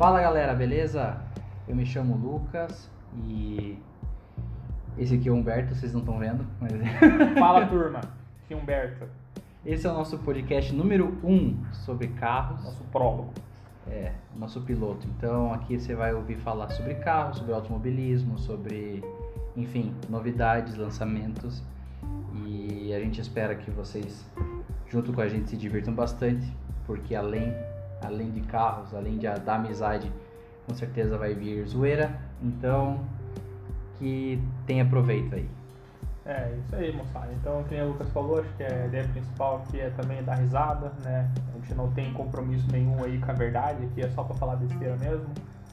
Fala galera, beleza? Eu me chamo Lucas e esse aqui é o Humberto, vocês não estão vendo, mas Fala turma, aqui é Humberto, esse é o nosso podcast número 1 sobre carros, nosso prólogo. Nosso piloto. Então aqui você vai ouvir falar sobre carros, sobre automobilismo, sobre, enfim, novidades, lançamentos, e a gente espera que vocês, junto com a gente, se divirtam bastante, porque além de carros, além da amizade, com certeza vai vir zoeira, então que tenha proveito aí. É isso aí, moçada. Então, como o Lucas falou, acho que a ideia principal aqui é também dar risada, né? A gente não tem compromisso nenhum aí com a verdade, aqui é só pra falar besteira mesmo.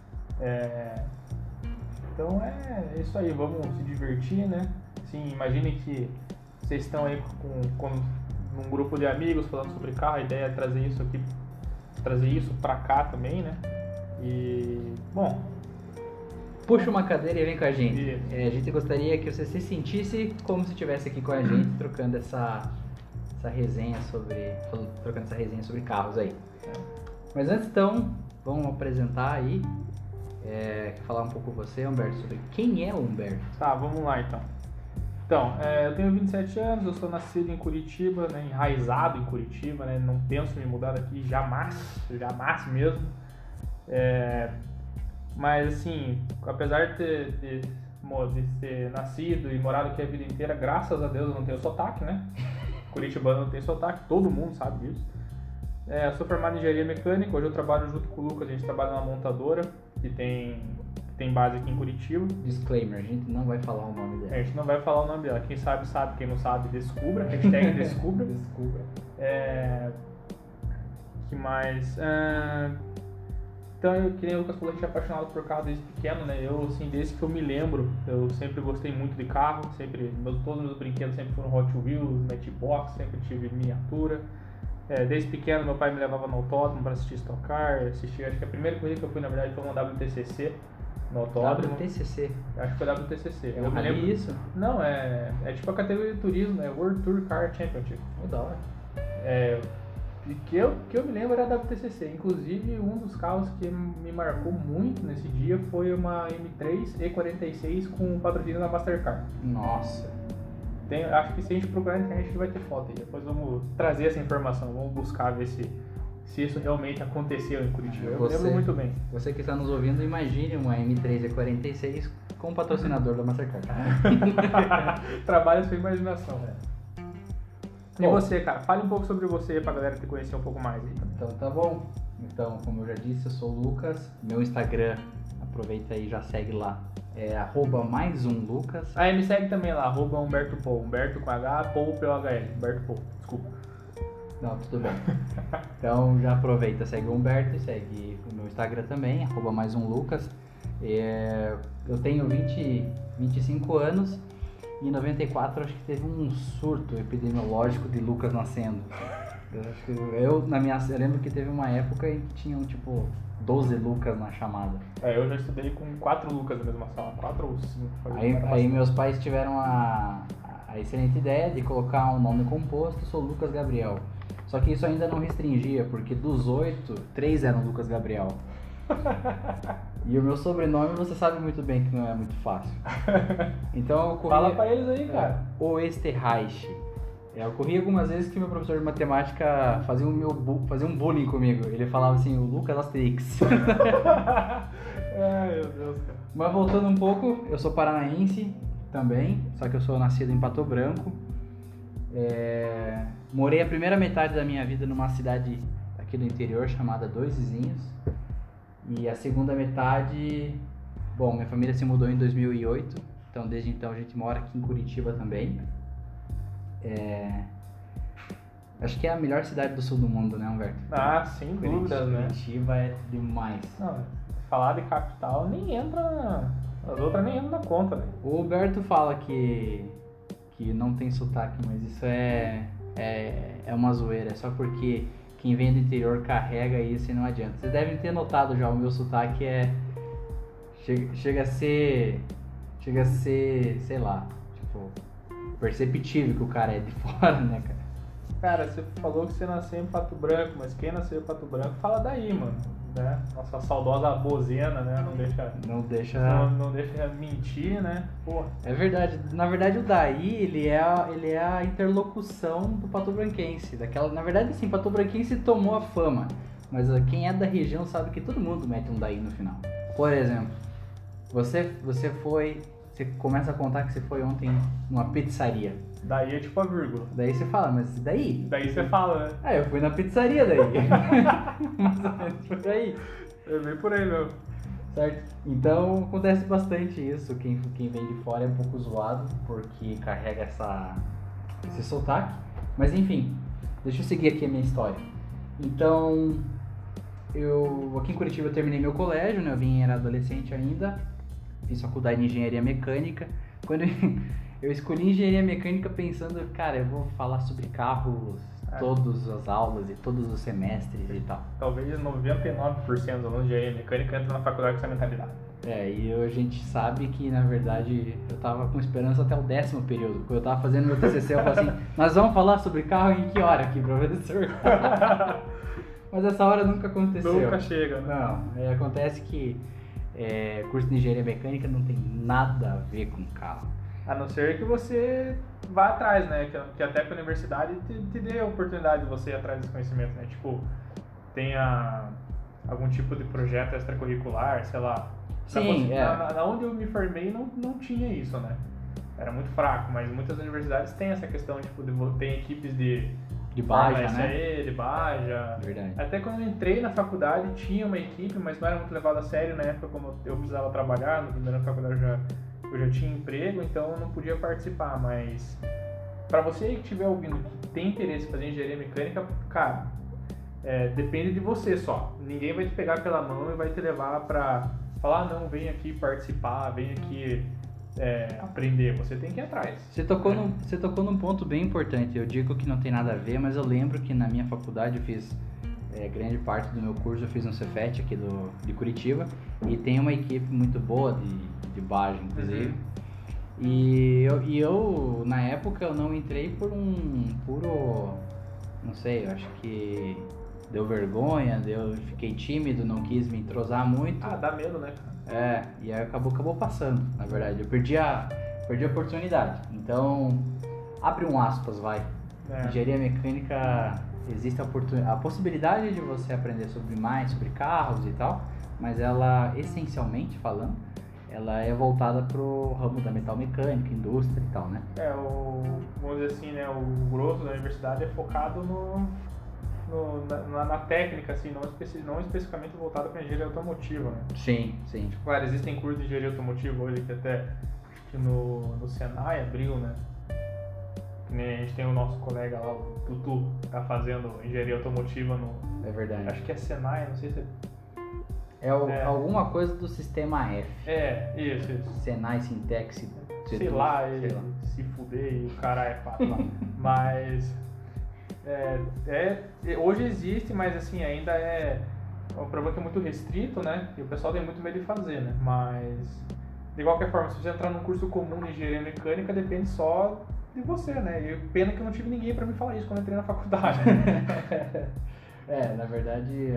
Então é isso aí, vamos se divertir, né? Assim, imaginem que vocês estão aí com num grupo de amigos falando sobre carro, a ideia é trazer isso pra cá também, né? E, bom... Puxa uma cadeira e vem com a gente. Isso. A gente gostaria que você se sentisse como se estivesse aqui com a gente, trocando essa resenha sobre carros aí. Mas antes, então, vamos apresentar aí, quer falar um pouco você, Humberto, sobre quem é o Humberto? Tá, vamos lá então. Então, eu tenho 27 anos, eu sou nascido em Curitiba, né, enraizado em Curitiba, né, não penso em me mudar daqui jamais mesmo. Mas assim, apesar de ter nascido e morado aqui a vida inteira, graças a Deus eu não tenho sotaque, né? Curitibano não tem sotaque, todo mundo sabe disso. Eu sou formado em engenharia mecânica, hoje eu trabalho junto com o Lucas, a gente trabalha numa montadora que tem base aqui em Curitiba. Disclaimer, a gente não vai falar o nome dela. A gente não vai falar o nome dela, quem sabe, quem não sabe, descubra, hashtag descubra. Desculpa. Que mais? Então, que nem o Lucas falou, a gente é apaixonado por carro desde pequeno, né? Eu, assim, desde que eu me lembro, eu sempre gostei muito de carro, todos os meus brinquedos sempre foram Hot Wheels, Matchbox, sempre tive miniatura. Desde pequeno, meu pai me levava no autódromo para assistir Stock Car, acho que a primeira corrida que eu fui, na verdade, foi uma WTCC no autódromo. WTCC? Acho que foi WTCC. É um rally isso? Não, é tipo a categoria de turismo, é World Tour Car Championship. Da hora. E que eu me lembro era da WTCC. Inclusive, um dos carros que me marcou muito nesse dia foi uma M3 E46 com patrocínio da Mastercard. Nossa. Acho que se a gente procurar na internet a gente vai ter foto aí. Depois vamos trazer essa informação, vamos buscar ver se isso realmente aconteceu em Curitiba. Eu lembro muito bem. Você que está nos ouvindo, imagine uma M3 E46 com patrocinador da Mastercard. Trabalha a sua imaginação, né? E você, cara? Fale um pouco sobre você pra galera te conhecer um pouco mais aí. Então tá bom. Então, como eu já disse, eu sou o Lucas. Meu Instagram, aproveita aí e já segue lá. É @maisumlucas. Me segue também lá, @Humberto Paul. Humberto com H, Paul P-O-H-L. Humberto Paul, desculpa. Não, tudo bem. Então já aproveita, segue o Humberto e segue o meu Instagram também, @maisumlucas. Eu tenho 25 anos. Em 94 acho que teve um surto epidemiológico de Lucas nascendo. Eu lembro que teve uma época em que tinham tipo 12 Lucas na chamada. Eu já estudei com 4 Lucas na mesma sala, 4 ou 5. Aí meus pais tiveram a excelente ideia de colocar um nome composto, sou Lucas Gabriel. Só que isso ainda não restringia, porque dos 8, 3 eram Lucas Gabriel. E o meu sobrenome você sabe muito bem que não é muito fácil. Então eu corri... Fala pra eles aí, cara. Oesterreich. Eu corri algumas vezes que meu professor de matemática fazia um bullying comigo. Ele falava assim, o Lucas Asterix. Ai, meu Deus, cara. Mas voltando um pouco, eu sou paranaense também, só que eu sou nascido em Pato Branco. Morei a primeira metade da minha vida numa cidade aqui do interior chamada Dois Vizinhos. E a segunda metade, bom, minha família se mudou em 2008, então desde então a gente mora aqui em Curitiba também. Acho que é a melhor cidade do sul do mundo, né, Humberto? Sem dúvidas, né? Curitiba é demais. Não, falar de capital nem entra, as outras nem entram na conta, né? O Humberto fala que não tem sotaque, mas isso é uma zoeira, é só porque... Quem vem do interior carrega isso e não adianta. Vocês devem ter notado já, o meu sotaque chega a ser, sei lá, tipo, perceptível que o cara é de fora, né, cara? Cara, você falou que você nasceu em Pato Branco, mas quem nasceu em Pato Branco fala daí, mano. né? Nossa saudosa bozena, né? Não deixa mentir, né? Porra. É verdade. Na verdade, o Daí, ele é a interlocução do patobranquense. Na verdade, sim, patobranquense tomou a fama. Mas quem é da região sabe que todo mundo mete um Daí no final. Por exemplo, você começa a contar que você foi ontem numa pizzaria. Daí é tipo a vírgula. Daí você fala, mas daí? Daí você fala, né? Eu fui na pizzaria daí. Mais ou menos por aí. É bem por aí, meu. Certo? Então acontece bastante isso. Quem vem de fora é um pouco zoado porque carrega esse sotaque. Mas enfim, deixa eu seguir aqui a minha história. Então, aqui em Curitiba eu terminei meu colégio, né? Era adolescente ainda. Fiz faculdade de engenharia mecânica. Quando eu escolhi engenharia mecânica pensando, cara, eu vou falar sobre carros todas as aulas e todos os semestres e tal. Talvez 99% dos alunos de engenharia mecânica entram na faculdade com essa mentalidade. E a gente sabe que, na verdade, eu tava com esperança até o 10º período. Quando eu tava fazendo meu TCC, eu falei assim, nós vamos falar sobre carro em que hora aqui, professor? Mas essa hora nunca aconteceu. Nunca chega, né? Não, acontece que curso de engenharia mecânica não tem nada a ver com carro. A não ser que você vá atrás, né? Que até que a universidade te dê a oportunidade de você ir atrás desse conhecimento, né? Tipo, tenha algum tipo de projeto extracurricular, sei lá. Sim, na onde eu me formei não tinha isso, né? Era muito fraco, mas muitas universidades têm essa questão, tipo, tem equipes de Baja, né? De Baja. Verdade. Até quando eu entrei na faculdade tinha uma equipe, mas não era muito levado a sério na época, como eu precisava trabalhar, na primeira faculdade eu já tinha emprego, então eu não podia participar, mas para você que estiver ouvindo que tem interesse em fazer engenharia mecânica, cara, depende de você só. Ninguém vai te pegar pela mão e vai te levar para falar, não, vem aqui participar, vem aqui aprender. Você tem que ir atrás. Você tocou num ponto bem importante. Eu digo que não tem nada a ver, mas eu lembro que na minha faculdade eu fiz grande parte do meu curso, eu fiz no Cefet aqui de Curitiba, e tem uma equipe muito boa de Baja, inclusive. E eu, na época, eu não entrei por um puro, não sei, eu acho que deu vergonha, fiquei tímido, não quis me entrosar muito. Dá medo, né, cara? E aí acabou passando, na verdade. Eu perdi a oportunidade. Então, abre um aspas, vai. Engenharia mecânica, existe a possibilidade de você aprender sobre carros e tal, mas ela, essencialmente falando, ela é voltada pro ramo da metalmecânica, indústria e tal, né? Vamos dizer assim, né, o grosso da universidade é focado na técnica, assim, não especificamente voltado para engenharia automotiva, né? Sim. Tipo, claro, existem cursos de engenharia automotiva hoje que até no Senai abriu, né? A gente tem o nosso colega lá, o Tutu, que tá fazendo engenharia automotiva no... É verdade. Acho que é Senai, não sei se alguma coisa do sistema F. Isso. Senai, Sintex, sei lá, se fuder e o cara é fato lá. Mas hoje existe, mas assim, ainda é um problema que é muito restrito, né? E o pessoal tem muito medo de fazer, né? Mas de qualquer forma, se você entrar num curso comum de engenharia mecânica, depende só de você, né? E pena que eu não tive ninguém pra me falar isso quando eu entrei na faculdade. Na verdade,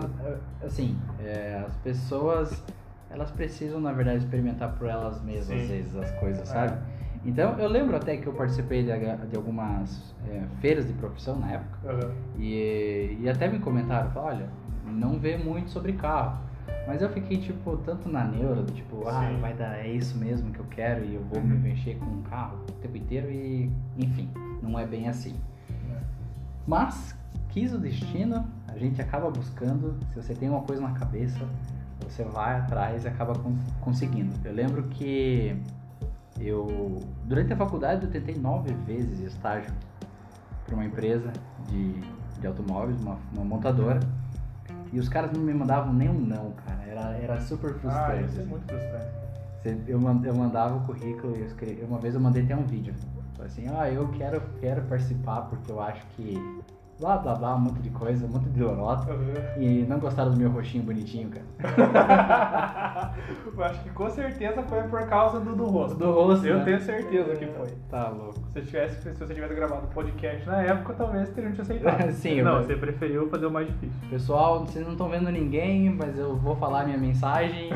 as pessoas, elas precisam, na verdade, experimentar por elas mesmas, às vezes, as coisas, sabe? Então, eu lembro até que eu participei de algumas feiras de profissão na época, e até me comentaram, falaram, olha, não vê muito sobre carro. Mas eu fiquei, tipo, tanto na neura, tipo, vai dar, é isso mesmo que eu quero e eu vou me mexer com um carro o tempo inteiro e, enfim, não é bem assim. Mas, quis o destino, a gente acaba buscando, se você tem uma coisa na cabeça, você vai atrás e acaba conseguindo. Eu lembro que durante a faculdade eu tentei 9 vezes estágio para uma empresa de automóveis, uma montadora. E os caras não me mandavam nem um não, cara. Era super frustrante. Isso é muito frustrante. Eu mandava o currículo e uma vez eu mandei até um vídeo. Falei assim, eu quero participar porque eu acho que blá blá blá, um monte de coisa, um monte de lorota. E não gostaram do meu roxinho bonitinho, cara. Eu acho que com certeza foi por causa do rosto. Do rosto, Eu né? tenho certeza que foi. Tá louco. Se você tivesse gravado o podcast na época, talvez teriam te aceitado. Sim, não, eu... você preferiu fazer o mais difícil. Pessoal, vocês não estão vendo ninguém, mas eu vou falar minha mensagem.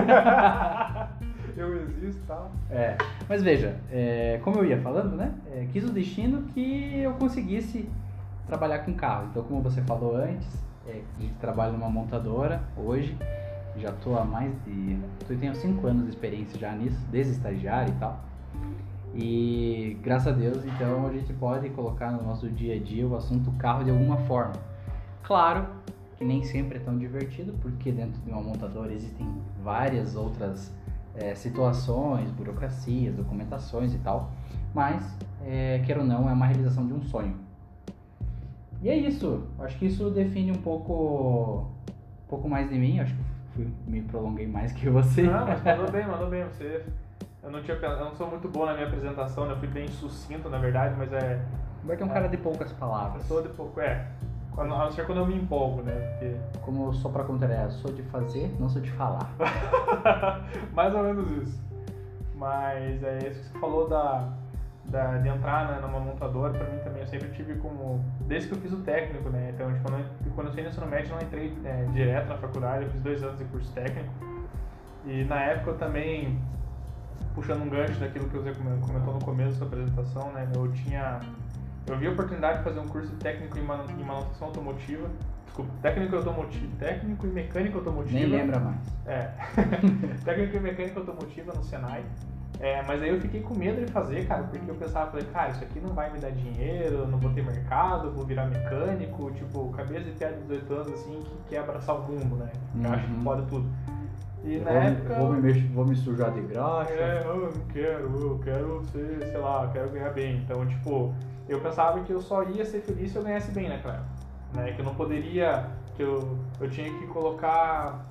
Eu existo e tal. Mas veja, como eu ia falando, né? Quis o destino que eu conseguisse trabalhar com carro. Então, como você falou antes, trabalho numa montadora hoje. Já estou há tenho 5 anos de experiência já nisso, desde estagiário e tal. E graças a Deus, então, a gente pode colocar no nosso dia a dia o assunto carro de alguma forma. Claro que nem sempre é tão divertido, porque dentro de uma montadora existem várias outras situações, burocracias, documentações e tal. Mas, quer ou não, é uma realização de um sonho. E é isso. Acho que isso define um pouco mais de mim. Acho que me prolonguei mais que você. Não, mas mandou bem. Eu não sou muito bom na minha apresentação, né? Eu fui bem sucinto, na verdade, mas Porque é um cara de poucas palavras. Eu sou de pouco, a não ser quando eu me empolgo, né? Porque... Como só pra contar, sou de fazer, não sou de falar. Mais ou menos isso. Mas é isso que você falou de entrar, né, numa montadora. Pra mim também, eu sempre tive como... Desde que eu fiz o técnico, né? Então, tipo, quando eu saí no ensino médio, eu não entrei direto na faculdade. Eu fiz 2 anos de curso técnico. E na época eu também, puxando um gancho daquilo que você comentou no começo da sua apresentação, né? Eu vi a oportunidade de fazer um curso técnico em manutenção automotiva. Desculpa, técnico e mecânica automotiva. Nem lembra mais. Técnico e mecânica automotiva no Senai. Mas aí eu fiquei com medo de fazer, cara, porque eu falei, cara, isso aqui não vai me dar dinheiro, eu não vou ter mercado, vou virar mecânico, tipo, cabeça de piada de 18 anos, assim, que quer abraçar o mundo, né? Eu acho que pode tudo. E na época... Vou me sujar de graxa. Eu não quero, eu quero ser, sei lá, quero ganhar bem. Então, tipo, eu pensava que eu só ia ser feliz se eu ganhasse bem, né, cara? Né? Que eu não poderia, que eu tinha que colocar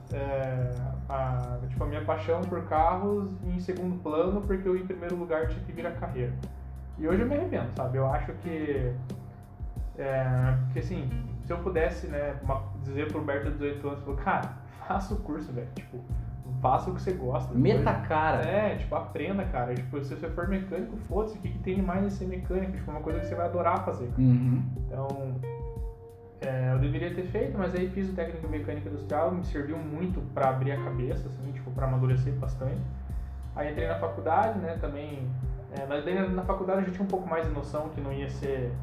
a minha paixão por carros em segundo plano, porque eu em primeiro lugar tinha que vir a carreira. E hoje eu me arrependo, sabe? Eu acho que assim, se eu pudesse, né, dizer pro Berto de 18 anos, cara, faça o curso, velho, tipo, faça o que você gosta. Meta a cara. Tipo, aprenda, cara. Tipo, se você for mecânico, foda-se, o que tem de mais em ser mecânico? Tipo, uma coisa que você vai adorar fazer. Uhum. Então, eu deveria ter feito, mas aí fiz o técnico em mecânica industrial, me serviu muito pra abrir a cabeça, assim, tipo, pra amadurecer bastante. Aí entrei na faculdade, né, também, mas daí na faculdade eu já tinha um pouco mais de noção que não ia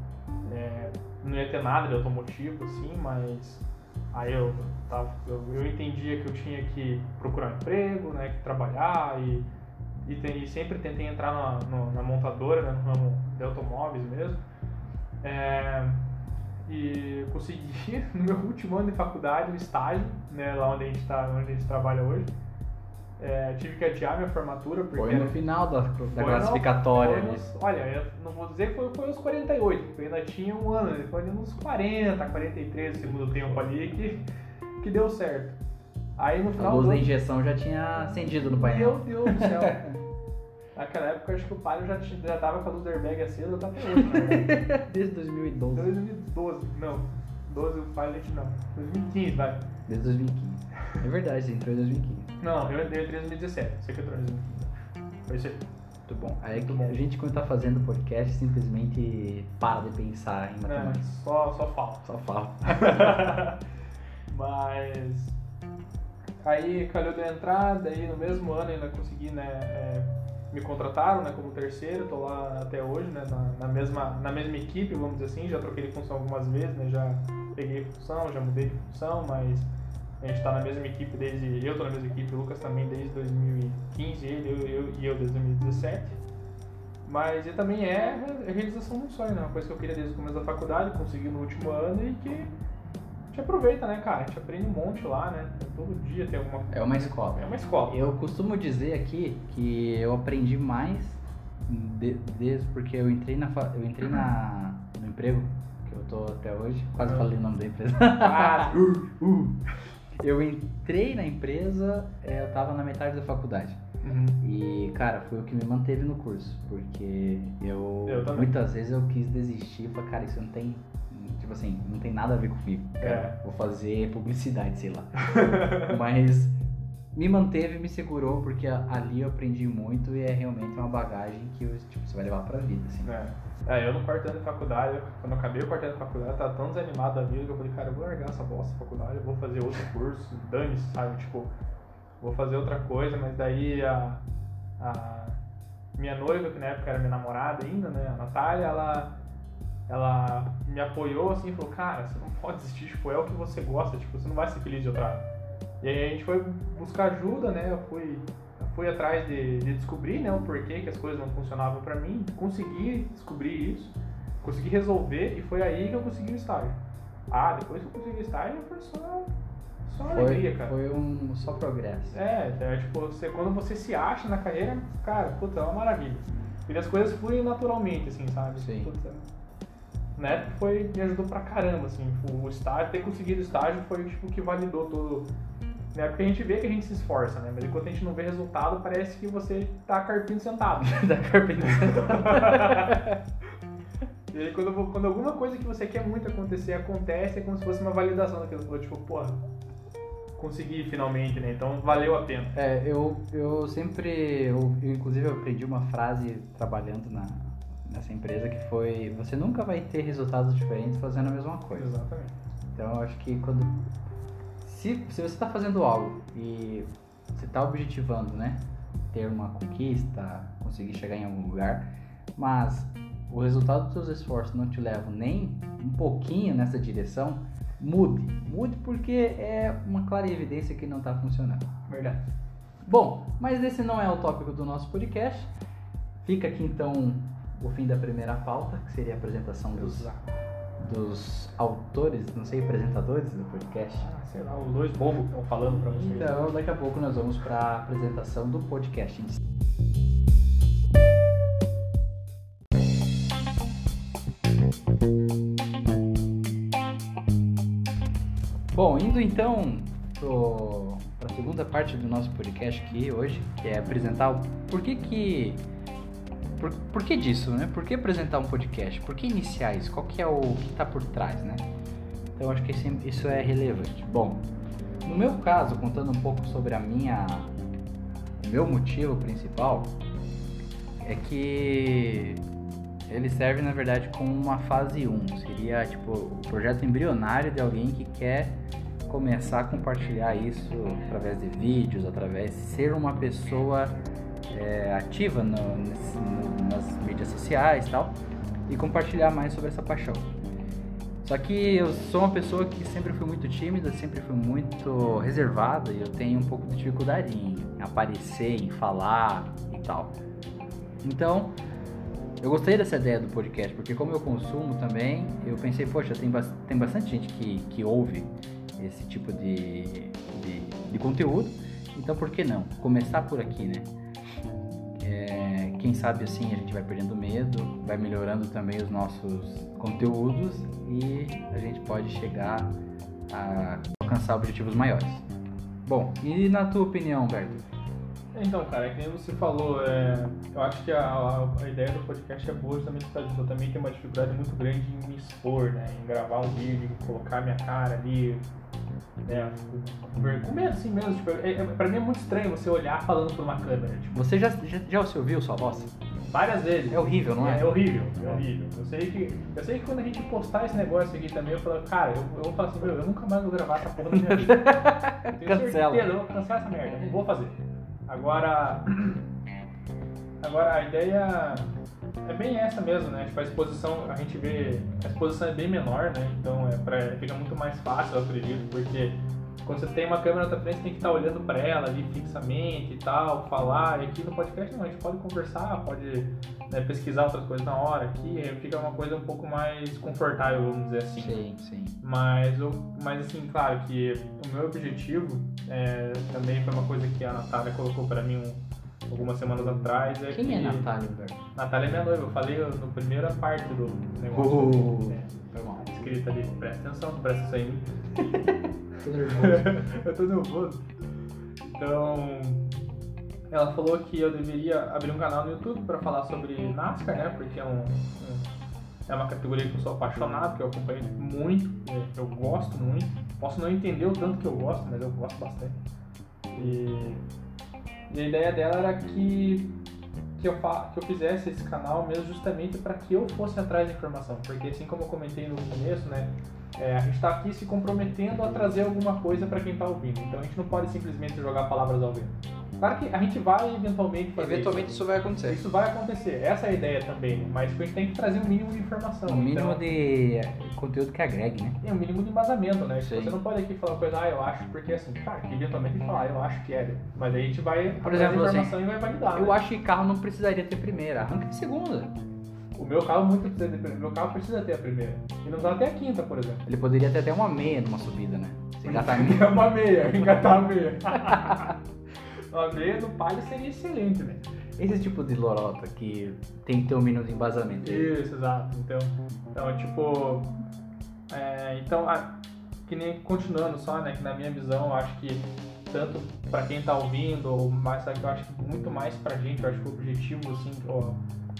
ter nada de automotivo, assim, mas aí eu entendia que eu tinha que procurar um emprego, né, que trabalhar e sempre tentei entrar na montadora, né, no ramo de automóveis mesmo. E consegui, no meu último ano de faculdade, um estágio, né, lá onde a gente trabalha hoje. Tive que adiar minha formatura. Porque foi no final da classificatória. Olha, eu não vou dizer que foi aos 48, porque eu ainda tinha um ano, né, foi uns 40, 43 no segundo tempo ali que deu certo. Aí no final. A luz da injeção já tinha acendido no painel. Meu Deus do céu! Naquela época, acho que o Palio já tava com a luz do airbag acesa, até hoje, né? Desde 2012. 2012, não. 12 o Pilot não. 2015, vai. Desde 2015. É verdade, você entrou em 2015. Não, eu entrei em 2017. Você que entrou em 2015. Foi isso aí. Muito bom. Aí a gente, quando tá fazendo podcast, simplesmente para de pensar em matemática. Só fala. Só fala. Mas... Aí calhou de eu entrar, daí no mesmo ano ainda consegui, né... me contrataram, né, como terceiro, tô lá até hoje, né, na mesma equipe, vamos dizer assim, já troquei de função algumas vezes, né, já peguei função, já mudei de função, mas a gente tá na mesma equipe eu tô na mesma equipe, o Lucas também desde 2015, eu desde 2017, mas também é a realização de um sonho, né, uma coisa que eu queria desde o começo da faculdade, consegui no último ano e que a gente aproveita, né, cara, a gente aprende um monte lá, né, todo dia tem alguma coisa. É uma escola. É uma escola. Eu costumo dizer aqui que eu aprendi mais porque eu entrei no emprego que eu tô até hoje, quase falei o nome da empresa. Eu entrei na empresa, eu tava na metade da faculdade. Uhum. E, cara, foi o que me manteve no curso, porque eu muitas vezes eu quis desistir, falei, cara, isso não tem... tipo assim, não tem nada a ver comigo. Cara. Vou fazer publicidade, sei lá. Mas me manteve, me segurou, porque ali eu aprendi muito e é realmente uma bagagem que tipo, você vai levar pra vida, assim. Eu no quarto ano de faculdade, quando eu acabei o quarto ano de faculdade, eu tava tão desanimado da vida que eu falei, cara, eu vou largar essa bosta da faculdade, eu vou fazer outro curso, dane-se, sabe? Tipo, vou fazer outra coisa, mas daí a minha noiva, que na época era minha namorada ainda, né, a Natália, ela me apoiou assim, falou, cara, você não pode desistir, tipo, é o que você gosta, tipo, você não vai ser feliz de outra. E aí a gente foi buscar ajuda, né, eu fui atrás de descobrir, né, o porquê que as coisas não funcionavam pra mim, consegui descobrir isso, consegui resolver e foi aí que eu consegui o estágio. Depois que eu consegui o estágio foi só alegria, cara. Foi só progresso. Tipo, quando você se acha na carreira, cara, puta, é uma maravilha. E as coisas fluem naturalmente, assim, sabe? Sim. Puta, na época me ajudou pra caramba, assim, o estágio, ter conseguido o estágio foi tipo o que validou todo. Na época a gente vê que a gente se esforça, né? Mas enquanto a gente não vê resultado, parece que você tá carpindo sentado. Tá carpindo sentado. E aí quando alguma coisa que você quer muito acontece, é como se fosse uma validação daquilo. Tipo, porra, consegui finalmente, né? Então valeu a pena. Eu sempre, inclusive eu aprendi uma frase trabalhando nessa empresa que foi: você nunca vai ter resultados diferentes fazendo a mesma coisa. Exatamente. Então eu acho que se você está fazendo algo e você está objetivando, né, ter uma conquista, conseguir chegar em algum lugar, mas o resultado dos seus esforços não te leva nem um pouquinho nessa direção, mude porque é uma clara evidência que não está funcionando. Verdade. Bom, mas esse não é o tópico do nosso podcast. Fica aqui então o fim da primeira pauta, que seria a apresentação dos autores, não sei, apresentadores do podcast. Sei lá, os dois bobos que estão falando pra vocês. Então, daqui a pouco nós vamos para a apresentação do podcast em si. Bom, indo então para a segunda parte do nosso podcast aqui hoje, que é apresentar o por que disso, né? Por que apresentar um podcast? Por que iniciar isso? Qual que é o que está por trás, né? Então, acho que isso é relevante. Bom, no meu caso, contando um pouco sobre o meu motivo principal, é que ele serve, na verdade, como uma fase 1. Seria, tipo, o projeto embrionário de alguém que quer começar a compartilhar isso através de vídeos, através de ser uma pessoa ativa nas mídias sociais e tal, e compartilhar mais sobre essa paixão. Só que eu sou uma pessoa que sempre fui muito tímida, sempre fui muito reservada, e eu tenho um pouco de dificuldade em aparecer, em falar e tal. Então, eu gostei dessa ideia do podcast, porque como eu consumo também, eu pensei, poxa, tem bastante gente que ouve esse tipo de conteúdo, então por que não? Começar por aqui, né? Quem sabe assim a gente vai perdendo medo, vai melhorando também os nossos conteúdos e a gente pode chegar a alcançar objetivos maiores. Bom, e na tua opinião, Berto? Então, cara, é que nem você falou, eu acho que a ideia do podcast é boa justamente por causa disso. Eu também tenho uma dificuldade muito grande em me expor, né? Em gravar um vídeo, colocar minha cara ali, né? Com medo assim mesmo. Tipo, pra mim é muito estranho você olhar falando por uma câmera. Tipo. Você já se ouviu sua voz? Várias vezes. É horrível, não é? É horrível. Eu sei que quando a gente postar esse negócio aqui também, eu falo, cara, eu vou falar assim, eu nunca mais vou gravar essa porra da minha vida. Eu tenho Cancela. certeza, eu vou cancelar essa merda, não vou fazer. Agora a ideia é bem essa mesmo, né? Tipo, a exposição, a gente vê, a exposição é bem menor, né? Então fica muito mais fácil, eu acredito, porque quando você tem uma câmera na tua frente, você tem que estar olhando pra ela ali fixamente e tal, falar. E aqui no podcast não, a gente pode conversar, pode, né, pesquisar outras coisas na hora aqui, fica uma coisa um pouco mais confortável, vamos dizer assim. Sim. Mas assim, claro que o meu objetivo também foi uma coisa que a Natália colocou pra mim algumas semanas atrás. Quem é Natália, Berto? Natália é minha noiva, eu falei na primeira parte do negócio. Foi mal. Escrita ali, presta atenção, presta isso aí. Tô nervoso. Eu tô nervoso. Então, ela falou que eu deveria abrir um canal no YouTube pra falar sobre NASCAR, né? Porque é É uma categoria que eu sou apaixonado, que eu acompanho muito, eu gosto muito. Posso não entender o tanto que eu gosto, mas eu gosto bastante. E a ideia dela era que eu fizesse esse canal mesmo justamente para que eu fosse atrás de informação. Porque assim como eu comentei no começo, né? A gente está aqui se comprometendo a trazer alguma coisa para quem está ouvindo. Então a gente não pode simplesmente jogar palavras ao vento. Claro que a gente vai eventualmente fazer Eventualmente isso vai acontecer. Isso vai acontecer. Essa é a ideia também, né? Mas a gente tem que trazer um mínimo de informação. Um mínimo de conteúdo que agregue, né? Um mínimo de embasamento, né? Sim. Você não pode aqui falar uma coisa, eu acho, porque assim, cara, que eventualmente tem que falar, eu acho que é. Mas aí a gente vai Por exemplo, trazer informação e vai validar. Eu né? acho que carro não precisaria ter primeira, arranca de segunda. O meu carro muito precisa ter primeira. O meu carro precisa ter a primeira. E não dá até a quinta, por exemplo. Ele poderia ter até uma meia numa subida, né? Você engatar É uma meia, engatar a meia. Uma meia do Palio seria excelente, né? Esse tipo de lorota que tem que ter um mínimo de embasamento. Isso, exato. Então tipo... que nem continuando só, né? Que na minha visão, eu acho que tanto pra quem tá ouvindo, mas sabe, eu acho que muito mais pra gente, eu acho que o objetivo, assim, o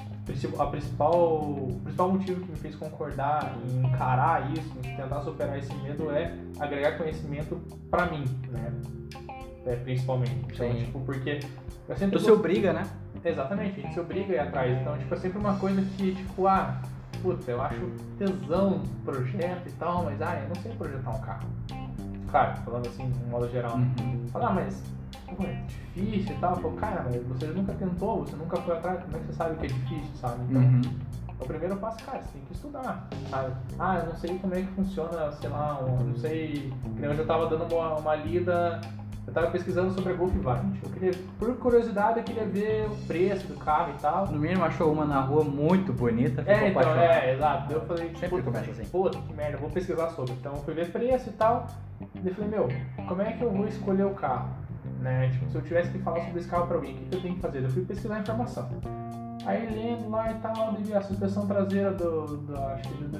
principal motivo que me fez concordar em encarar isso, em tentar superar esse medo é agregar conhecimento pra mim, né? Principalmente. Então, Sim. tipo, porque eu sempre Tu se obriga, né? Exatamente, a gente se obriga a ir atrás. Então, tipo, é sempre uma coisa que, tipo, puta, eu acho tesão projeto e tal, mas, eu não sei projetar um carro. Claro, falando assim, de um modo geral. Falar, mas, pô, é difícil e tal. Pô, cara, mas você nunca tentou, você nunca foi atrás, como é que você sabe que é difícil, sabe? Então, o primeiro passo, cara, você tem que estudar, sabe? Eu não sei como é que funciona, sei lá, eu não sei, eu já tava dando uma lida. Eu tava pesquisando sobre a Golf Variant. Por curiosidade, eu queria ver o preço do carro e tal. No mínimo achou uma na rua muito bonita, ficou apaixonado. Exato. Daí eu falei, Sempre começa assim. Puta, que merda, eu vou pesquisar sobre. Então eu fui ver preço e tal. Daí eu falei, como é que eu vou escolher o carro? Né? Tipo, se eu tivesse que falar sobre esse carro pra alguém, o que eu tenho que fazer? Eu fui pesquisar a informação. Aí lendo lá e tal, a suspensão traseira acho que de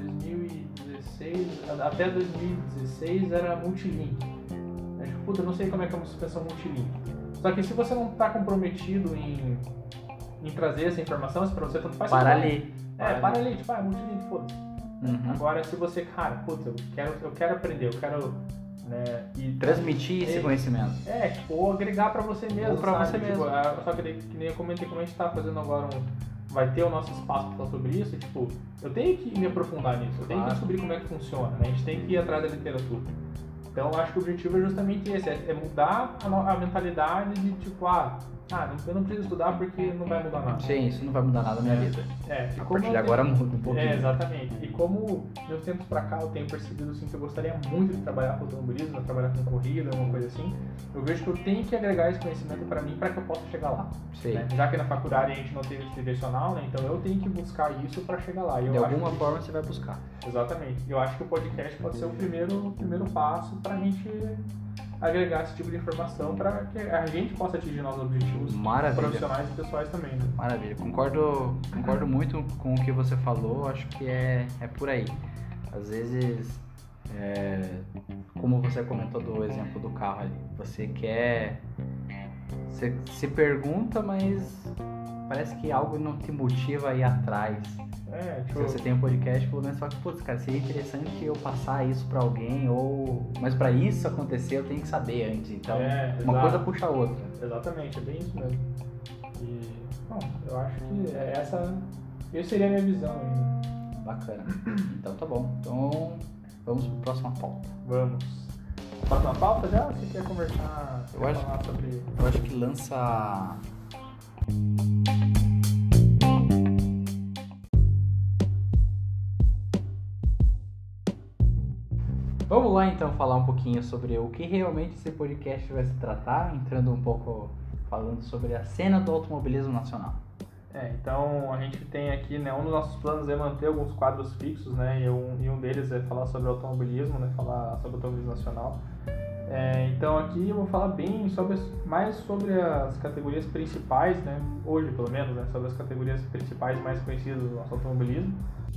2016 até 2016 era multilink. Puta, eu não sei como é que é uma suspensão multilink. Só que se você não está comprometido em trazer essa informação, se pra você tanto faz... Para ali. Para ali, tipo, multilink, foda-se. Agora, se você, cara, puta, eu quero aprender, eu quero... Né, e transmitir esse conhecimento. Ou agregar pra você mesmo, ou pra você mesmo. Só que nem eu comentei, como a gente tá fazendo agora vai ter o nosso espaço pra falar sobre isso, tipo, eu tenho que me aprofundar nisso, eu tenho que descobrir como é que funciona, né? A gente tem que ir atrás da literatura. Então, eu acho que o objetivo é justamente esse, é mudar a mentalidade de tipo, eu não preciso estudar porque não vai mudar nada. Sim, isso não vai mudar nada na minha vida. A partir de agora muda um pouquinho. Exatamente. E como meus tempos pra cá eu tenho percebido assim, que eu gostaria muito de trabalhar com automobilismo, trabalhar com corrida, alguma coisa assim, eu vejo que eu tenho que agregar esse conhecimento pra mim para que eu possa chegar lá. Sim. Né? Já que na faculdade a gente não teve esse direcional, né? Então eu tenho que buscar isso pra chegar lá. De alguma forma você vai buscar. Exatamente. Eu acho que o podcast pode ser o primeiro passo pra gente agregar esse tipo de informação para que a gente possa atingir nossos objetivos profissionais e pessoais também. Né? Maravilha. Concordo muito com o que você falou. Acho que é por aí. Às vezes, como você comentou do exemplo do carro ali, você se pergunta, mas parece que algo não te motiva a ir atrás. Se você tem um podcast, pelo menos fala que, putz, cara, seria interessante eu passar isso pra alguém, mas pra isso acontecer eu tenho que saber antes. Então, uma coisa puxa a outra. Exatamente, é bem isso mesmo. E, bom, eu acho que essa seria a minha visão ainda. Bacana. Então tá bom. Então, vamos pra próxima pauta. Vamos. Próxima pauta já? Você quer conversar? Falar sobre... Eu acho que lança... Vamos lá então falar um pouquinho sobre o que realmente esse podcast vai se tratar, entrando um pouco falando sobre a cena do automobilismo nacional. Então a gente tem aqui, né, um dos nossos planos é manter alguns quadros fixos, né, e um deles é falar sobre automobilismo, né, falar sobre automobilismo nacional. Então aqui eu vou falar mais sobre as categorias principais, né, hoje pelo menos, né, sobre as categorias principais mais conhecidas do nosso automobilismo.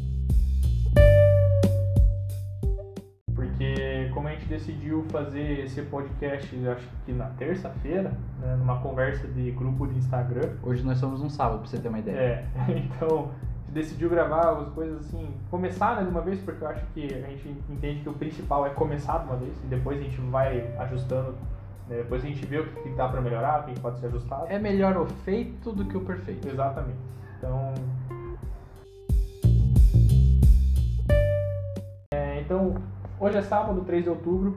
Porque como a gente decidiu fazer esse podcast, acho que na terça-feira, né, numa conversa de grupo de Instagram. Hoje nós somos um sábado, pra você ter uma ideia. Então decidiu gravar as coisas assim, começar, né, de uma vez, porque eu acho que a gente entende que o principal é começar de uma vez e depois a gente vai ajustando, né, depois a gente vê o que dá pra melhorar, o que pode ser ajustado. É melhor o feito do que o perfeito. Exatamente. Então, hoje é sábado, 3 de outubro.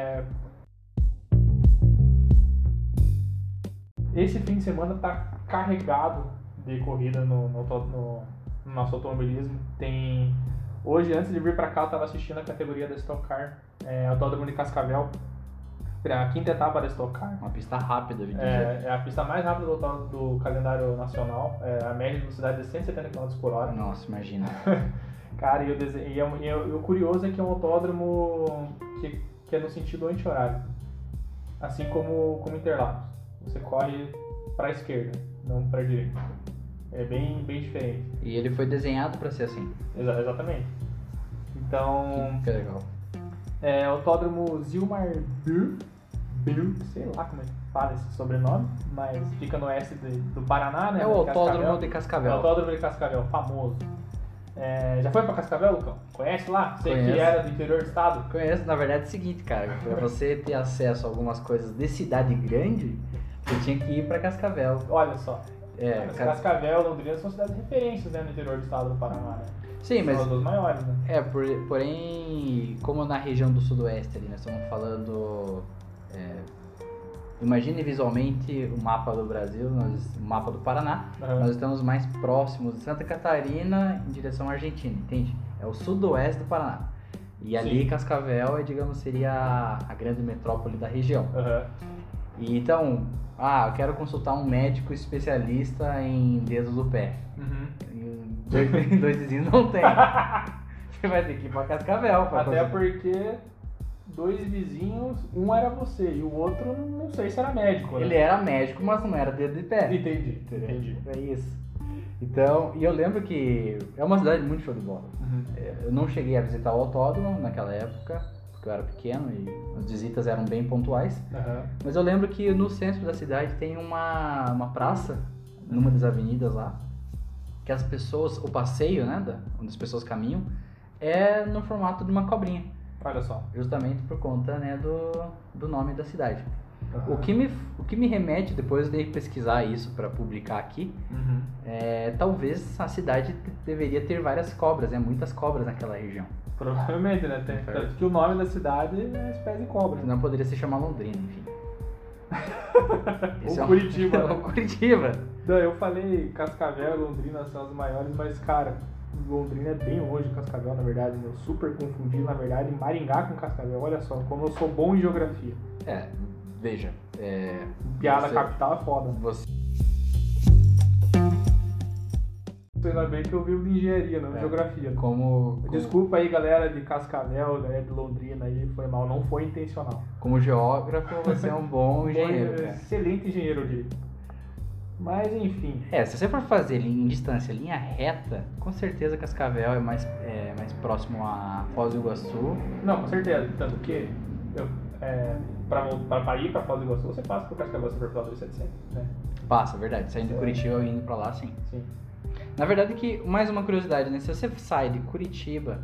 Esse fim de semana tá carregado de corrida no nosso automobilismo. Hoje, antes de vir para cá, eu estava assistindo a categoria da Stock Car, Autódromo de Cascavel, a quinta etapa da Stock Car. Uma pista rápida, eu dizer. É a pista mais rápida do calendário nacional. A média de velocidade é 170 km por hora. Nossa, imagina. Cara, o curioso é que é um autódromo que é no sentido anti-horário, assim como Interlagos. Você corre para a esquerda, não para a direita. É bem diferente. E ele foi desenhado para ser assim. Exatamente. Então, que legal. É o autódromo Zilmar Bill, sei lá como é que fala esse sobrenome, mas fica no oeste do Paraná, né? É o Autódromo de Cascavel. É o Autódromo de Cascavel, famoso. Já foi pra Cascavel, Lucão? Conhece lá? Você Conheço. que era do interior do estado? Conheço, na verdade é o seguinte, cara, pra você ter acesso a algumas coisas de cidade grande, você tinha que ir pra Cascavel. Olha só. Cascavel, Londrina são cidades referências, né, no interior do estado do Paraná, né? Sim, mas... São as duas maiores, né? Porém, como na região do sudoeste ali, nós estamos falando... imagine visualmente o mapa do Brasil, o mapa do Paraná. Uhum. Nós estamos mais próximos de Santa Catarina em direção à Argentina, entende? É o sudoeste do Paraná. E ali Cascavel, digamos, seria a grande metrópole da região. Uhum. E então, eu quero consultar um médico especialista em dedos do pé. Uhum. Dois vizinhos não tem. Você vai ter que ir pra Cascavel. Até porque 2 vizinhos, um era você e o outro não sei se era médico, né? Ele era médico, mas não era dedo de pé. Entendi. É isso. Então, e eu lembro que é uma cidade muito show de bola. Uhum. Eu não cheguei a visitar o autódromo naquela época, porque eu era pequeno e as visitas eram bem pontuais. Uhum. Mas eu lembro que no centro da cidade tem uma praça, numa das avenidas lá, que as pessoas, o passeio, né, onde as pessoas caminham, é no formato de uma cobrinha. Olha só. Justamente por conta, né, do nome da cidade. Uhum. O que me remete, depois eu dei que pesquisar isso para publicar aqui, talvez a cidade deveria ter várias cobras, né, muitas cobras naquela região. Provavelmente, né? Tanto que o nome da cidade é espécie de cobra. Não poderia se chamar Londrina, enfim. Ou Curitiba. Ou Curitiba. Não, eu falei Cascavel e Londrina são as maiores, mas, cara, Londrina é bem longe de Cascavel, na verdade. Eu super confundi, na verdade, Maringá com Cascavel. Olha só, como eu sou bom em geografia. Veja. Piada capital é foda. Você Ainda bem que eu vivo de engenharia, não de geografia. Desculpa aí, galera de Cascavel, galera de Londrina aí, foi mal, não foi intencional. Como geógrafo, você é um bom engenheiro. Excelente engenheiro, eu diria. Mas enfim. Se você for fazer em distância, linha reta, com certeza Cascavel é mais próximo a Foz do Iguaçu. Não, com certeza. Tanto que para ir para Foz do Iguaçu, você passa por Cascavel, você for pela 277, né? Passa, verdade. Saindo de Curitiba e indo para lá, sim. Sim. Na verdade, que mais uma curiosidade, né? Se você sai de Curitiba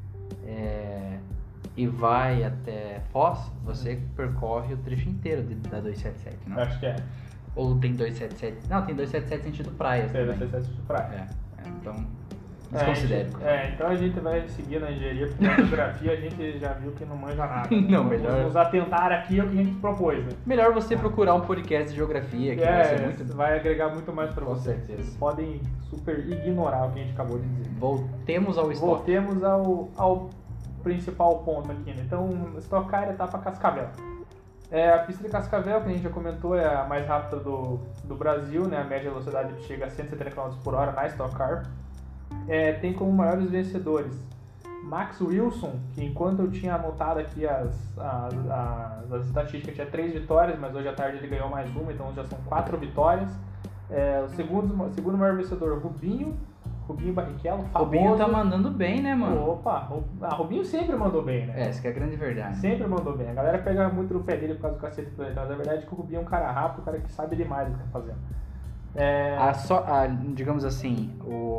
e vai até Foz, você percorre o trecho inteiro da 277, não? Acho que é. Ou tem 277? Não, tem 277 sentido praia. Tem 277 sentido praia. Então, desconsidere. Então a gente vai seguir na engenharia, porque na geografia a gente já viu que não manja nada. Não, melhor. Nos atentar aqui é o que a gente propôs, né? Melhor você procurar um podcast de geografia, que vai ser muito... vai agregar muito mais pra vocês. Com certeza. Vocês podem super ignorar o que a gente acabou de dizer. Voltemos ao estoque. Voltemos ao principal ponto aqui, né? Então, Stock Car etapa Cascavel. A pista de Cascavel, que a gente já comentou, é a mais rápida do Brasil, né? A média velocidade chega a 170 km por hora na Stock Car. Tem como maiores vencedores Max Wilson, que enquanto eu tinha anotado aqui as estatísticas, tinha 3 vitórias, mas hoje à tarde ele ganhou mais uma, então já são 4 vitórias. O segundo maior vencedor, Rubinho Barrichello, famoso. Rubinho tá mandando bem, né, mano? Opa, Rubinho sempre mandou bem, né? Essa que é a grande verdade. Sempre mandou bem. A galera pega muito no pé dele por causa do cacete planeta, mas a verdade é que o Rubinho é um cara rápido, um cara que sabe demais o que tá fazendo. Digamos assim,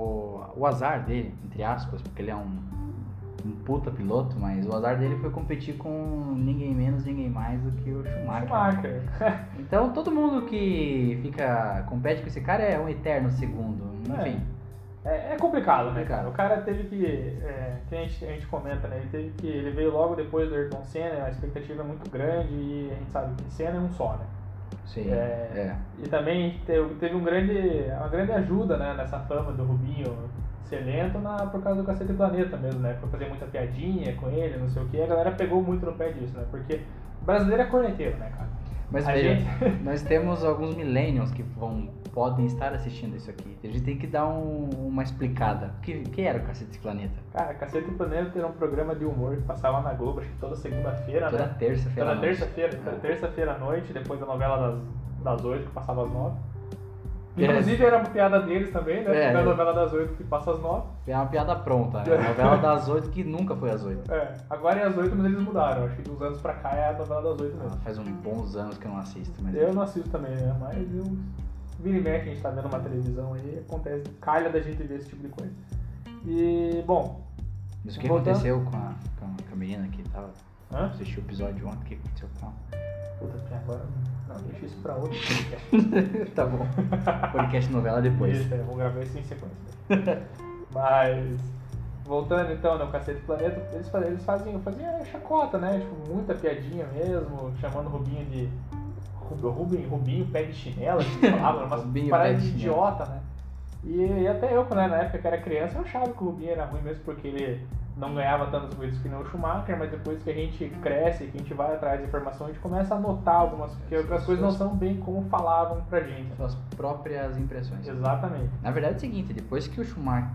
o azar dele, entre aspas, porque ele é um puta piloto, mas o azar dele foi competir com ninguém menos, ninguém mais do que o Schumacher. Então todo mundo que compete com esse cara é um eterno segundo, enfim. É complicado, né, cara? O cara teve que a gente comenta, né? Ele veio logo depois do Ayrton Senna, a expectativa é muito grande e a gente sabe que Senna é um só, né? Sim. E também teve uma grande ajuda, né, nessa fama do Rubinho ser lento por causa do Cacete Planeta mesmo, né? Por fazer muita piadinha com ele, não sei o que. A galera pegou muito no pé disso, né? Porque brasileiro é corneteiro, né, cara? Mas veja, nós temos alguns millennials que podem estar assistindo isso aqui. A gente tem que dar uma explicada. O que era o Cacete Planeta? Cara, Cacete Planeta era um programa de humor que passava na Globo, acho que toda segunda-feira, né? Toda terça-feira. Toda terça-feira à noite, depois da novela das 8, que passava às 9. Inclusive era uma piada deles também, né? A novela das 8 que passa às 9. É uma piada pronta, né? A novela das 8 que nunca foi às 8. Agora é às 8, mas eles mudaram. Acho que dos anos pra cá é a novela das 8 mesmo. Faz bons anos que eu não assisto. Mas eu não assisto também, né? Mas vira e mexe, a gente tá vendo uma televisão aí, acontece, calha da gente ver esse tipo de coisa. E, bom... Mas o que aconteceu com a menina que tava... Assistiu o episódio ontem, o que aconteceu com ela? Puta, agora... Não, deixa isso pra outro podcast. Tá bom. Podcast novela depois. Isso, vou gravar isso em sequência. Mas... Voltando então, no Cacete Planeta, eles faziam chacota, né? Tipo, muita piadinha mesmo, chamando o Rubinho de... Rubinho pé de chinela, que falava, umas paradas de idiota, né? E até eu, né, na época que era criança, eu achava que o Rubinho era ruim mesmo porque ele não ganhava tantas corridas que nem o Schumacher, mas depois que a gente cresce, que a gente vai atrás de informação, a gente começa a notar algumas, porque as coisas não são bem como falavam pra gente. Suas próprias impressões. Exatamente. Na verdade é o seguinte, depois que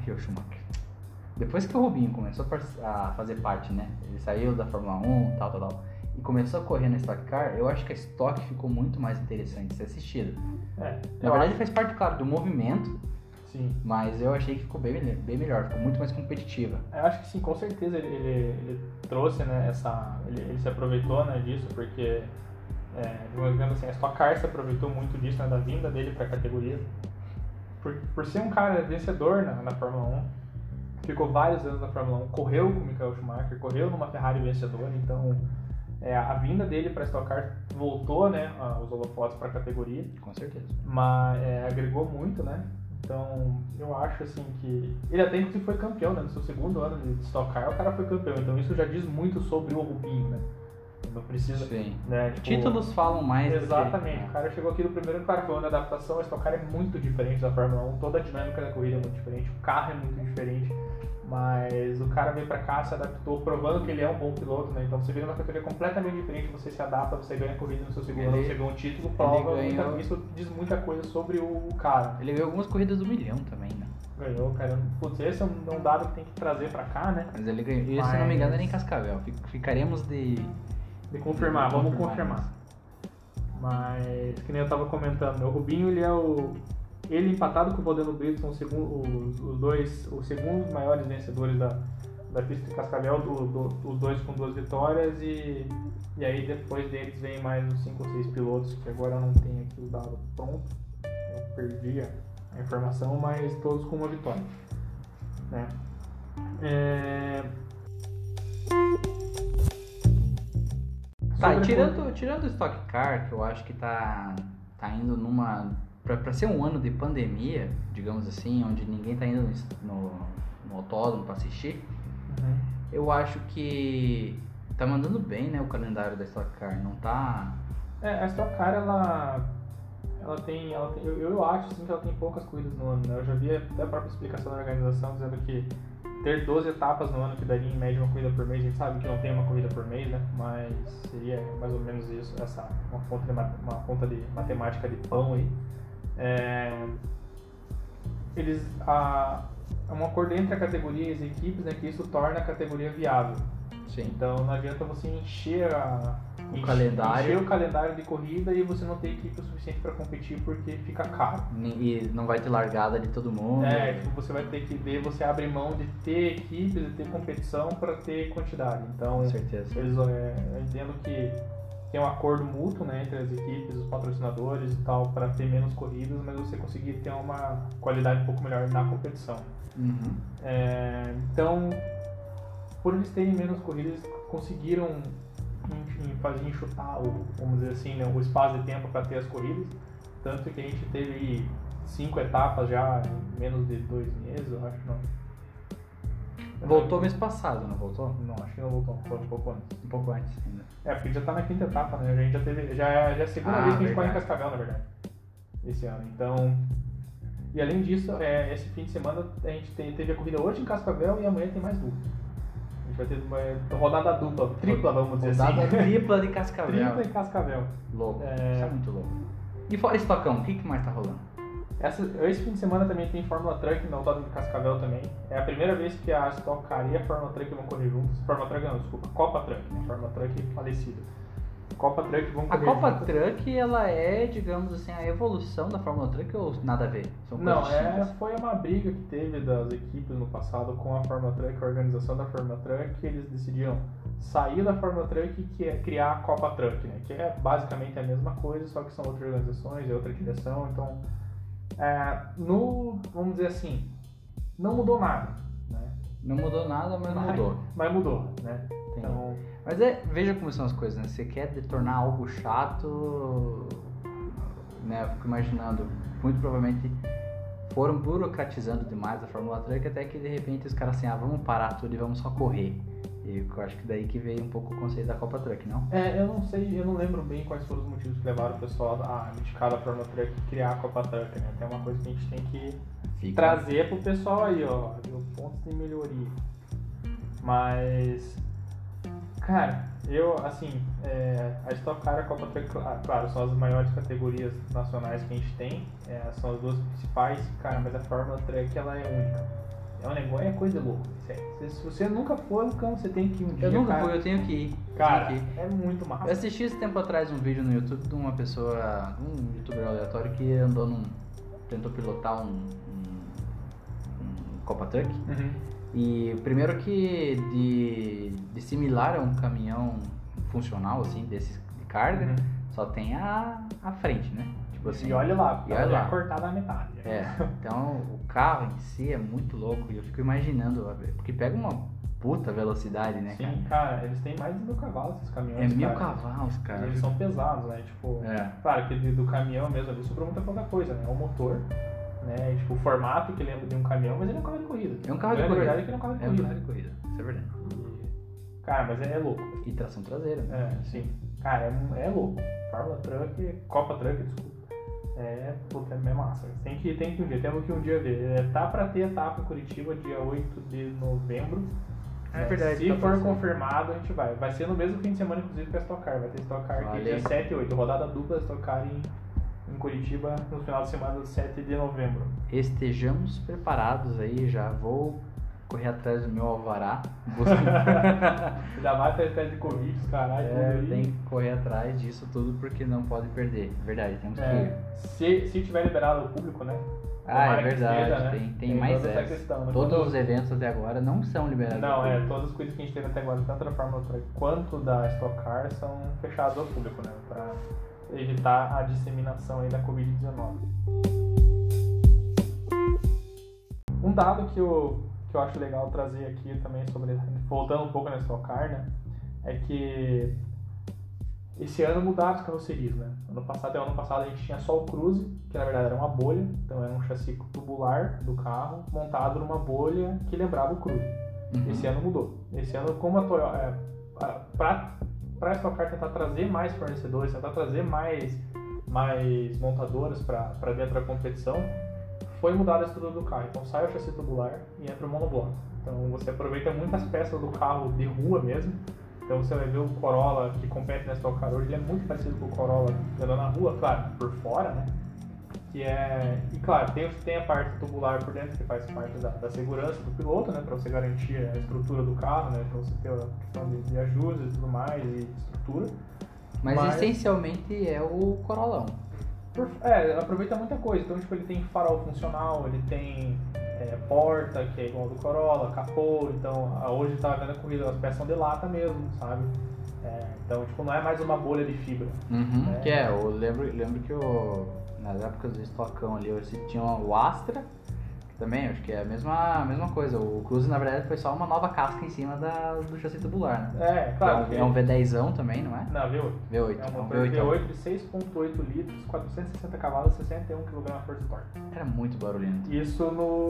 depois que o Rubinho começou a fazer parte, né, ele saiu da Fórmula 1, tal, e começou a correr na Stock Car, eu acho que a Stock ficou muito mais interessante de ser assistida. Na verdade faz parte, claro, do movimento. Sim. Mas eu achei que ficou bem melhor, ficou muito mais competitiva. Eu acho que sim, com certeza ele trouxe, né, ele se aproveitou, né, disso, porque digamos assim, a Stock Car se aproveitou muito disso, né, da vinda dele para a categoria. Por ser um cara vencedor na Fórmula 1, ficou vários anos na Fórmula 1, correu com o Michael Schumacher, correu numa Ferrari vencedora, então a vinda dele para a Stock Car voltou, né, os holofotes para a categoria. Com certeza. Mas agregou muito, né? Então, eu acho assim que... Ele até inclusive foi campeão, né? No seu segundo ano de Stock Car, o cara foi campeão. Então isso já diz muito sobre o Rubinho, né? Não precisa... Sim. Né, tipo, títulos falam mais. Exatamente. O cara chegou aqui no primeiro, claro, foi uma adaptação. A Stock Car é muito diferente da Fórmula 1. Toda a dinâmica da corrida é muito diferente. O carro é muito diferente. Mas o cara veio pra cá, se adaptou, provando que ele é um bom piloto, né? Então você vira uma categoria completamente diferente, você se adapta, você ganha a corrida no seu segundo ano, você ganha um título, prova, isso diz muita coisa sobre o cara. Ele ganhou algumas corridas do milhão também, né? Ganhou, cara. Putz, esse é um dado que tem que trazer pra cá, né? Mas ele ganhou, e se não me engano era em Cascavel, ficaremos de confirmar, vamos confirmar. Mas, que nem eu tava comentando, o Rubinho, ele empatado com o Valdeano Brito são os segundos maiores vencedores da pista de Cascavel, os dois com 2 vitórias e aí depois deles vem mais uns 5 ou 6 pilotos, que agora eu não tenho aqui o dado pronto, eu perdi a informação, mas todos com uma vitória, né? Tá, tirando o Stock Car, que eu acho que tá indo numa... Pra ser um ano de pandemia, digamos assim, onde ninguém tá indo no autódromo pra assistir, eu acho que tá mandando bem, né, o calendário da Stock Car, não tá... A Stock Car, ela tem eu acho assim, que ela tem poucas corridas no ano, né? Eu já vi até a própria explicação da organização dizendo que ter 12 etapas no ano, que daria em média uma corrida por mês, a gente sabe que não tem uma corrida por mês, né? Mas seria mais ou menos isso, uma conta de matemática de pão aí. É um acordo entre a categoria e as equipes, né, que isso torna a categoria viável. Sim. Então não adianta você encher o calendário de corrida e você não ter equipe o suficiente para competir porque fica caro. E não vai ter largada de todo mundo. Tipo, você vai ter que você abre mão de ter equipes, de ter competição para ter quantidade. Então, com certeza. Eu entendo que tem um acordo mútuo, né, entre as equipes, os patrocinadores e tal, para ter menos corridas, mas você conseguir ter uma qualidade um pouco melhor na competição. Então, por eles terem menos corridas, eles conseguiram fazer enxutar, vamos dizer assim, né, o espaço de tempo para ter as corridas, tanto que a gente teve 5 etapas já em menos de 2 meses, eu acho, não. Voltou mês passado, não voltou? Não, acho que não voltou, foi um pouco antes. Um pouco antes ainda. Porque já tá na 5ª etapa, né? A gente já teve. Já é a segunda vez que a gente corre em Cascavel, na verdade. Esse ano. Então. E além disso, esse fim de semana a gente teve a corrida hoje em Cascavel e amanhã tem mais dupla. A gente vai ter uma rodada dupla, tripla, vamos dizer assim. Rodada tripla de Cascavel. Tripla em Cascavel. Louco. Isso é muito louco. E fora Estocão, o que mais tá rolando? Esse fim de semana também tem Fórmula Truck no autódromo de Cascavel também. É a primeira vez que a Stock Car e a Fórmula Truck vão correr juntos. Fórmula Truck não, desculpa, Copa Truck, né? Fórmula Truck falecida. Copa Truck vão correr juntos. A Copa juntos. Truck, ela é, digamos assim, a evolução da Fórmula Truck ou nada a ver? São não, foi uma briga que teve das equipes no passado com a Fórmula Truck, a organização da Fórmula Truck, que eles decidiram sair da Fórmula Truck, que é criar a Copa Truck, né? Que é basicamente a mesma coisa, só que são outras organizações, é outra direção, então... vamos dizer assim, não mudou nada, né? Não mudou nada, mas mudou. Mas mudou, né? Então, mas veja como são as coisas, né? Você quer tornar algo chato, né? Eu fico imaginando, muito provavelmente foram burocratizando demais a Fórmula Truck até que de repente os caras assim, vamos parar tudo e vamos só correr. E eu acho que daí que veio um pouco o conceito da Copa Truck, não? Eu não sei, eu não lembro bem quais foram os motivos que levaram o pessoal a indicar a Fórmula Truck e criar a Copa Truck, né? Tem uma coisa que a gente tem que trazer pro pessoal aí, ó, pontos de melhoria. Mas, cara, a Stock Car e a Copa Truck, claro, são as maiores categorias nacionais que a gente tem, são as duas principais, cara, mas a Fórmula Truck, ela é única. É um negócio, é coisa louca, sério. Se você nunca for, você tem que ir um dia. Eu nunca fui, eu tenho que ir. Cara, é muito massa. Eu assisti esse tempo atrás um vídeo no YouTube de uma pessoa, um youtuber aleatório que andou tentou pilotar um Copa Truck. E primeiro que de similar a um caminhão funcional, assim, desses de carga, só tem a frente, né? Tipo assim, e olha lá, ela é cortada na metade. Então o carro em si é muito louco e eu fico imaginando, porque pega uma puta velocidade, né, cara? Sim, cara, eles têm mais de 1000 cavalos esses caminhões. 1000 cavalos, cara. E eles são pesados, né? Tipo, claro que do caminhão mesmo ali sobrou muita pouca coisa, né? O motor, né? Tipo, o formato que lembra de um caminhão, mas ele é um carro de corrida. É um carro de corrida. Na verdade é que ele é um carro de corrida. É um carro de corrida, isso é verdade. Cara, mas é louco. E tração traseira, né? Sim. Cara, é louco. Fórmula Truck, Copa Truck, desculpa. É massa. Tem que um dia, temos que um dia ver. Tá pra ter etapa em Curitiba, dia 8 de novembro. É verdade. Se for confirmado, a gente vai. Vai ser no mesmo fim de semana, inclusive, que a Stock Car. Vai ter Stock Car aqui dia 7 e 8. Rodada dupla Stock Car em Curitiba no final de semana do 7 de novembro. Estejamos preparados aí, já vou correr atrás do meu alvará. Já vai atrás de Covid, caralho. Tem que correr atrás disso tudo porque não pode perder. Verdade, temos que ir. Se tiver liberado ao público, né? É verdade, seja, né? tem mais essa questão, né? Todos os eventos até agora não são liberados. Não, todas as coisas que a gente teve até agora, tanto da Fórmula Truck quanto da Stock Car, são fechadas ao público, né? Pra evitar a disseminação aí da Covid-19. Um dado que eu acho legal trazer aqui também voltando um pouco na Stock Car, né? É que esse ano mudaram as carrocerias, né? Ano passado a gente tinha só o Cruze, que na verdade era uma bolha, então era um chassi tubular do carro montado numa bolha que lembrava o Cruze. Esse ano mudou. Esse ano, como a Toyota, para a Stock Car tentar trazer mais fornecedores, tentar trazer mais montadoras para dentro da competição, foi mudada a estrutura do carro. Então sai o chassi tubular e entra o monobloco. Então você aproveita muitas peças do carro de rua mesmo. Então você vai ver o Corolla que compete na Stock Car hoje, ele é muito parecido com o Corolla andando na rua, claro, por fora, né? E claro, tem a parte tubular por dentro que faz parte da segurança do piloto, né? Para você garantir a estrutura do carro, né? Para você ter a questão de ajustes e tudo mais, e estrutura. Mas essencialmente é o Corollão. Aproveita muita coisa. Então, tipo, ele tem farol funcional, ele tem porta, que é igual ao do Corolla, capô, então hoje eu tava vendo a corrida, as peças são de lata mesmo, sabe? Então, tipo, não é mais uma bolha de fibra. Uhum, que eu lembro que nas épocas do estocão ali, você tinha o Astra, que também acho que é a mesma coisa. O Cruze, na verdade, foi só uma nova casca em cima do chassi tubular, né? Claro. É um V10zão também, não é? Não, V8. V8. É um motor V8 de 6.8 litros, 460 cavalos, 61 kg força de torque. Era muito barulhento. Isso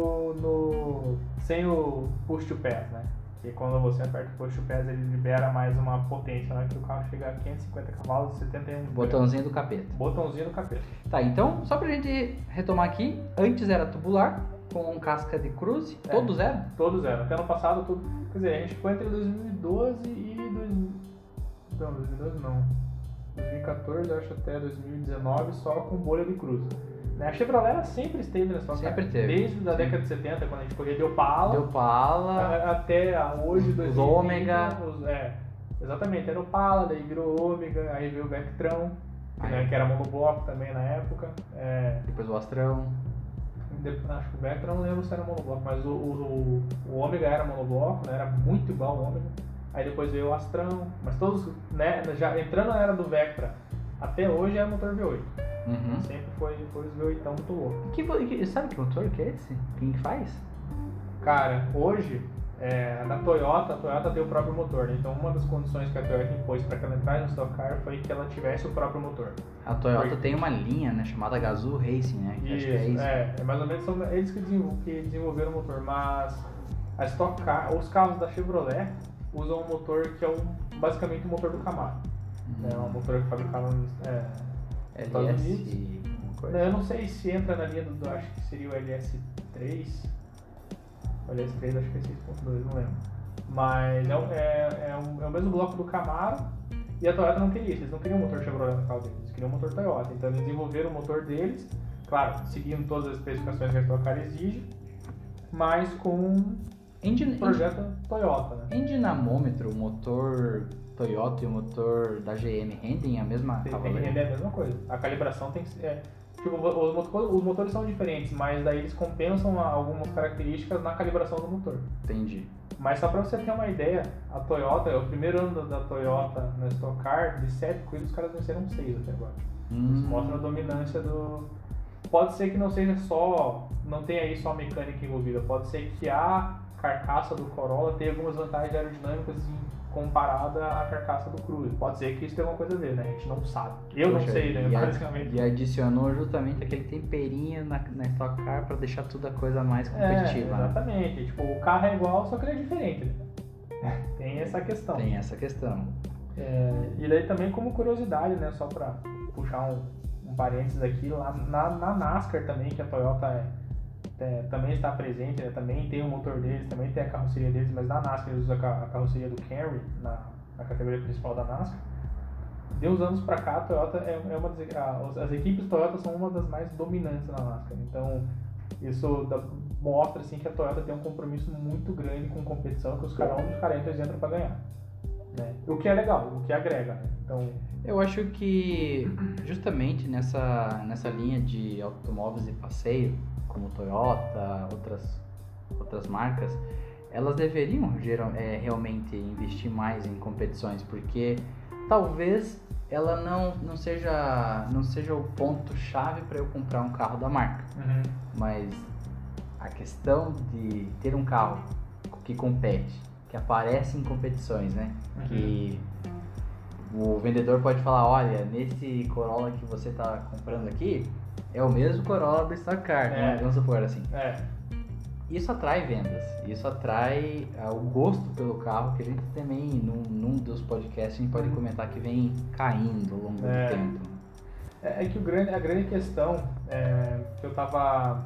sem o push to pass, né? Que quando você aperta o push to pass, ele libera mais uma potência, né? Que o carro chega a 550 cavalos e 71 kg. Botãozinho do capeta. Botãozinho do capeta. Tá, então, só pra gente retomar aqui, antes era tubular, com casca de cruze, todos eram? Todos eram. Até ano passado, tudo. Quer dizer, a gente ficou entre 2012 e... Não, 2012 não. 2014, eu acho, até 2019, só com bolha de cruze. A Chevrolet sempre esteve nessa época. Sempre teve. Desde a década de 70, quando a gente corria de Opala. Até hoje, 2020. Os Ômega. Exatamente, era Opala, daí virou Ômega, aí veio o Vectron, que era monobloco também na época. Depois o Astrão. Acho que o Vectron, não lembro se era monobloco, mas o Ômega era monobloco, né? Era muito igual ao Ômega. Aí depois veio o Astrão, mas todos, né, já entrando na era do Vectra, até hoje é motor V8. Uhum. Sempre foi os V8 muito louco. Sabe que motor que é esse? Quem que faz? Cara, hoje, na Toyota, a Toyota tem o próprio motor, né? Então uma das condições que a Toyota impôs para que ela entrasse no Stock Car foi que ela tivesse o próprio motor. A Toyota tem uma linha, né, chamada Gazoo Racing, né? Isso, acho que é isso. Mais ou menos são eles que desenvolveram o motor, mas a Stock Car, os carros da Chevrolet usam um motor que é basicamente o motor do Camaro. É um motor que fabricava nos Estados Unidos. Eu não sei se entra na linha do acho que seria o LS3. O LS3 acho que é 6.2, não lembro. Mas é o mesmo bloco do Camaro. E a Toyota não queria isso, eles não queriam um motor Chevrolet no carro deles, eles queriam um motor Toyota. Então eles desenvolveram o motor deles, claro, seguindo todas as especificações que a Stock exige, mas com projeto Toyota, né? Em dinamômetro, o motor Toyota e o motor da GM rendem a mesma Tem que render a mesma coisa. A calibração tem que ser... os motores são diferentes, mas daí eles compensam algumas características na calibração do motor. Entendi. Mas só pra você ter uma ideia, a Toyota, o primeiro ano da Toyota na Stock Car, de 7 corridas, os caras venceram 6 até agora. Isso mostra a dominância do... Pode ser que não seja só... Não tenha aí só a mecânica envolvida. Pode ser que a carcaça do Corolla tenha algumas vantagens aerodinâmicas comparada à carcaça do Cruze. Pode ser que isso tenha alguma coisa a ver, né? A gente não sabe. Não sei, né? Basicamente. E adicionou justamente aquele temperinho na Stock Car pra deixar tudo a coisa mais competitiva. Exatamente. Né? Tipo, o carro é igual, só que ele é diferente. Né? Tem essa questão. E daí também como curiosidade, né? Só pra puxar um parênteses aqui, lá na NASCAR também, que a Toyota também está presente, né? Também tem o motor deles, também tem a carroceria deles, mas na NASCAR eles usam a carroceria do Camry na categoria principal da NASCAR. De uns anos pra cá, a Toyota as equipes Toyota são uma das mais dominantes na NASCAR. Então isso mostra assim, que a Toyota tem um compromisso muito grande com competição, que os caras entram para ganhar. Né? O que é legal, o que agrega. Né? Então, eu acho que justamente nessa linha de automóveis de passeio, como Toyota, outras marcas, elas deveriam realmente investir mais em competições, porque talvez ela não seja o ponto-chave para eu comprar um carro da marca. Uhum. Mas a questão de ter um carro que compete, que aparece em competições, né? Uhum. Que o vendedor pode falar, olha, nesse Corolla que você está comprando aqui, é o mesmo Corolla do Stock Car, né? Vamos supor assim. Isso atrai vendas, isso atrai o gosto pelo carro, que a gente também, num dos podcasts, a gente pode comentar que vem caindo ao longo do tempo. É que a grande questão que eu tava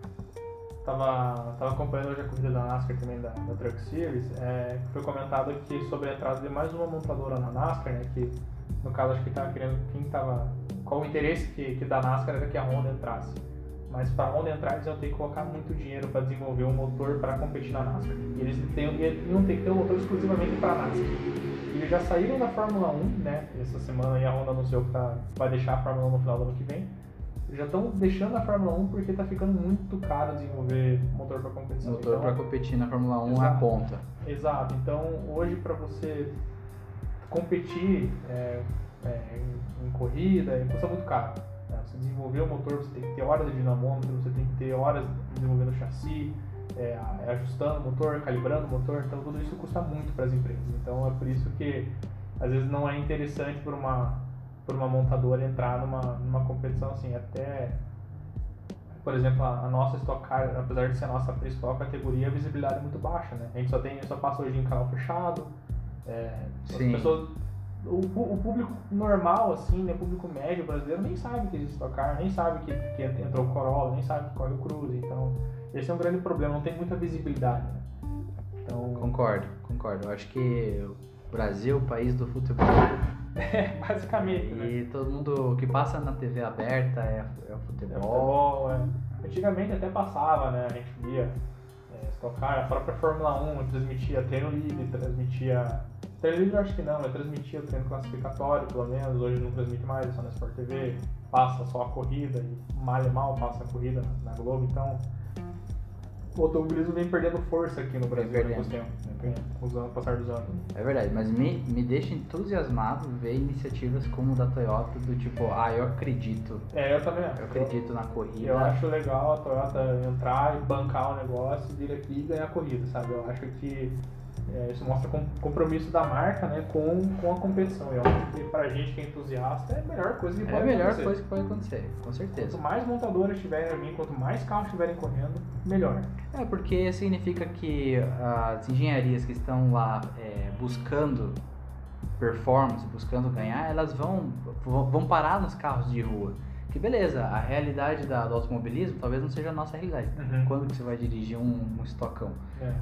acompanhando hoje a corrida da NASCAR também, da Truck Series, foi comentado aqui sobre a entrada de mais uma montadora na NASCAR, né, que no caso acho que estava querendo, qual o interesse que da NASCAR era que a Honda entrasse. Mas para a Honda entrar, eles iam ter que colocar muito dinheiro para desenvolver um motor para competir na NASCAR. E eles iam ter que ter um motor exclusivamente para a NASCAR. E eles já saíram da Fórmula 1, né? Essa semana aí a Honda anunciou que vai deixar a Fórmula 1 no final do ano que vem. já estão deixando a Fórmula 1 porque está ficando muito caro desenvolver motor para competição. Motor para competir na Fórmula 1 é a ponta. Exato. Então, hoje, para você competir em corrida, custa muito caro. Né? Você desenvolver o motor, você tem que ter horas de dinamômetro, você tem que ter horas desenvolvendo o chassi, ajustando o motor, calibrando o motor. Então, tudo isso custa muito para as empresas. Então, é por isso que, às vezes, não é interessante para uma montadora entrar numa competição assim. Até, por exemplo, a nossa Stock Car, apesar de ser a nossa pre-stock categoria, a visibilidade é muito baixa, né? A gente só passa hoje em canal fechado. As pessoas, o público normal, assim, né, o público médio brasileiro nem sabe que existe Stock Car, nem sabe que entrou o Corolla, nem sabe que corre o Cruze. Então, esse é um grande problema, não tem muita visibilidade, né? Então... Concordo. Eu acho que o Brasil é o país do futebol. Basicamente, e né? todo mundo que passa na TV aberta é o futebol. Antigamente até passava, né? A gente via Stock Car, a própria Fórmula 1 transmitia treino livre, treino livre eu acho que não, mas transmitia o treino classificatório, pelo menos. Hoje não transmite mais, é só na Sport TV, passa só a corrida e mal e mal passa a corrida na Globo. Então, o automobilismo vem perdendo força aqui no Brasil com os tempos, né? Com o passar dos anos. É verdade, mas me deixa entusiasmado ver iniciativas como o da Toyota, do tipo, eu acredito. Eu também acho. Eu acredito na corrida. Eu acho legal a Toyota entrar e bancar o negócio, vir aqui e ganhar a corrida, sabe? Eu acho que isso mostra compromisso da marca, né, com a competição. Eu acho que pra gente que é entusiasta é a melhor coisa que pode acontecer. É a melhor coisa que pode acontecer, com certeza. Quanto mais montadoras tiverem ali, quanto mais carros estiverem correndo, melhor. Porque significa que as engenharias que estão lá buscando performance, buscando ganhar, elas vão parar nos carros de rua. Que beleza, a realidade do automobilismo talvez não seja a nossa realidade. Uhum. Quando que você vai dirigir um estocão?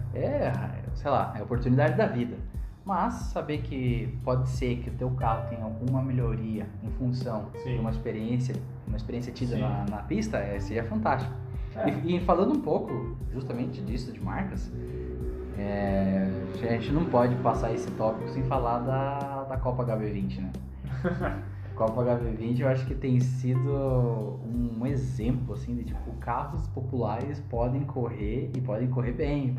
Sei lá, é a oportunidade da vida. Mas saber que pode ser que o teu carro tenha alguma melhoria em função de uma experiência tida na pista, seria fantástico. E falando um pouco justamente disso, de marcas, a gente não pode passar esse tópico sem falar da Copa HB20, né? Copa HB20 eu acho que tem sido um exemplo assim de tipo, carros populares podem correr e podem correr bem,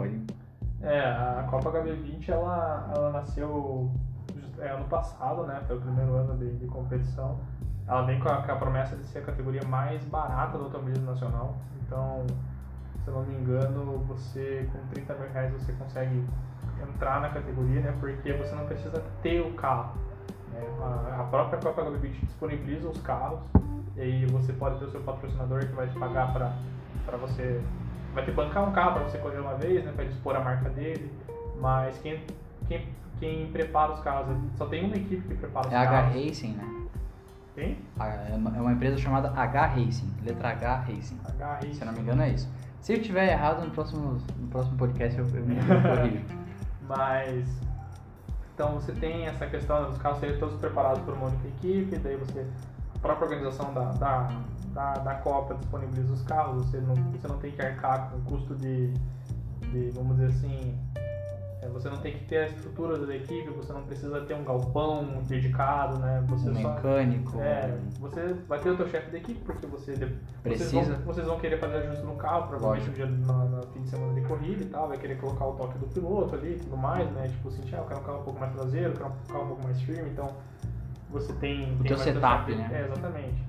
a Copa HB20 ela nasceu ano passado, né? Foi o primeiro ano de competição. Ela vem com a promessa de ser a categoria mais barata do automobilismo nacional. Então, se eu não me engano, você com R$30 mil você consegue entrar na categoria, né? Porque você não precisa ter o carro. A própria Copa HB20 disponibiliza os carros e aí você pode ter o seu patrocinador que vai te pagar para você, vai te bancar um carro para você correr uma vez, né, para dispor a marca dele, mas quem prepara os carros, só tem uma equipe que prepara os carros. H Racing, né? Quem? É uma empresa chamada H Racing, letra H Racing. H Racing. Se eu não me engano é isso. Se eu estiver errado no próximo podcast eu me corrijo. Mas... Então você tem essa questão dos carros serem todos preparados por uma única equipe, daí a própria organização da Copa disponibiliza os carros, você não tem que arcar com o custo de vamos dizer assim, você não tem que ter a estrutura da equipe, você não precisa ter um galpão dedicado, né? Você mecânico. Você vai ter o teu chefe da equipe, porque precisa. Vocês vão querer fazer ajuste no carro, provavelmente no fim de semana de corrida e tal, vai querer colocar o toque do piloto ali e tudo mais, né? Tipo assim, eu quero um carro um pouco mais traseiro, eu quero um carro um pouco mais firme, então você tem... O teu setup, né? Exatamente.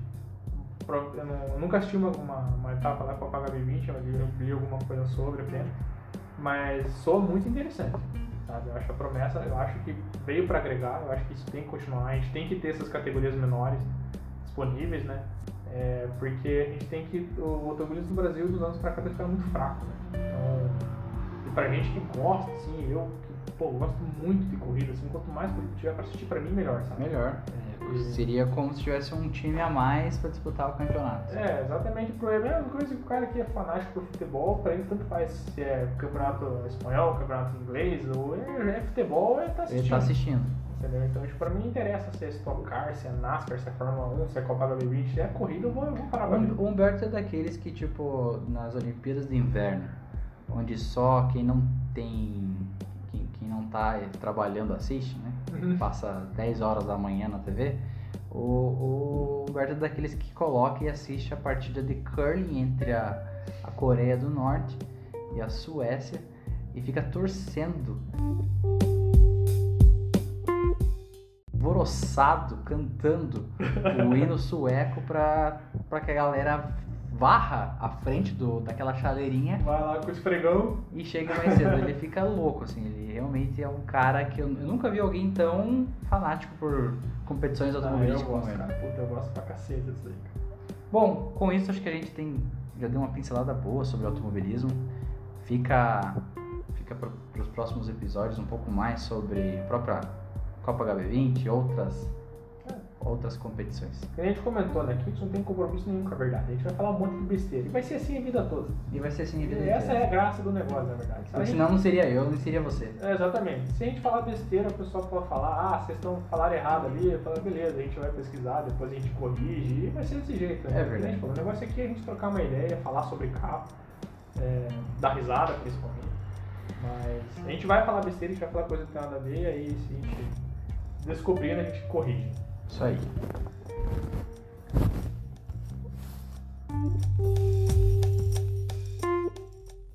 Eu nunca assisti uma etapa lá com a HB20, eu li alguma coisa sobre apenas. Mas soa muito interessante, sabe? Eu acho a promessa, eu acho que veio para agregar, eu acho que isso tem que continuar, a gente tem que ter essas categorias menores disponíveis, né? Porque a gente tem que, o automobilismo do Brasil dos anos para cá tá ficando muito fraco, né? Então, e pra gente que gosta, assim, eu gosto muito de corrida, assim, quanto mais tiver para assistir, pra mim melhor, sabe? Melhor. Seria como se tivesse um time a mais para disputar o campeonato. Exatamente. É a mesma coisa que o cara que é fanático por futebol, pra ele tanto faz se é campeonato espanhol, campeonato inglês, ou é futebol, ele tá assistindo. Ele tá assistindo. Entendeu? Então, pra mim não interessa se é Stock Car, se é NASCAR, se é Fórmula 1, se é Copa HB20, se é corrida, eu vou parar pra ver. O Humberto é daqueles que, tipo, nas Olimpíadas de Inverno, onde só quem não tá trabalhando assiste, né? Passa 10 horas da manhã na TV. O Humberto é daqueles que coloca e assiste a partida de curling entre a Coreia do Norte e a Suécia e fica torcendo, alvoroçado, cantando o hino sueco pra que a galera varra a frente daquela chaleirinha. Vai lá com o esfregão e chega mais cedo. Ele fica louco, assim. Ele realmente é um cara que eu nunca vi alguém tão fanático por competições automobilísticas como como ele. Cara. Puta, eu gosto pra cacete disso aí, cara. Bom, com isso acho que a gente já deu uma pincelada boa sobre automobilismo. Fica para os próximos episódios um pouco mais sobre a própria Copa HB20 e outras competições. A gente comentou, né, que a gente não tem compromisso nenhum com a verdade. A gente vai falar um monte de besteira. E vai ser assim a vida toda. E vai ser assim a vida Essa inteira. é a graça do negócio, na verdade. Porque senão não seria eu, não seria você. Exatamente. Se a gente falar besteira, o pessoal pode falar, vocês estão falando errado ali. Eu falo, beleza, a gente vai pesquisar, depois a gente corrige. E vai ser desse jeito. Né? É verdade. O negócio aqui é a gente trocar uma ideia, falar sobre carro, dar risada principalmente. Mas a gente vai falar besteira, a gente vai falar coisa que não tem nada a ver. Aí se a gente descobrindo, a gente corrige. Isso aí.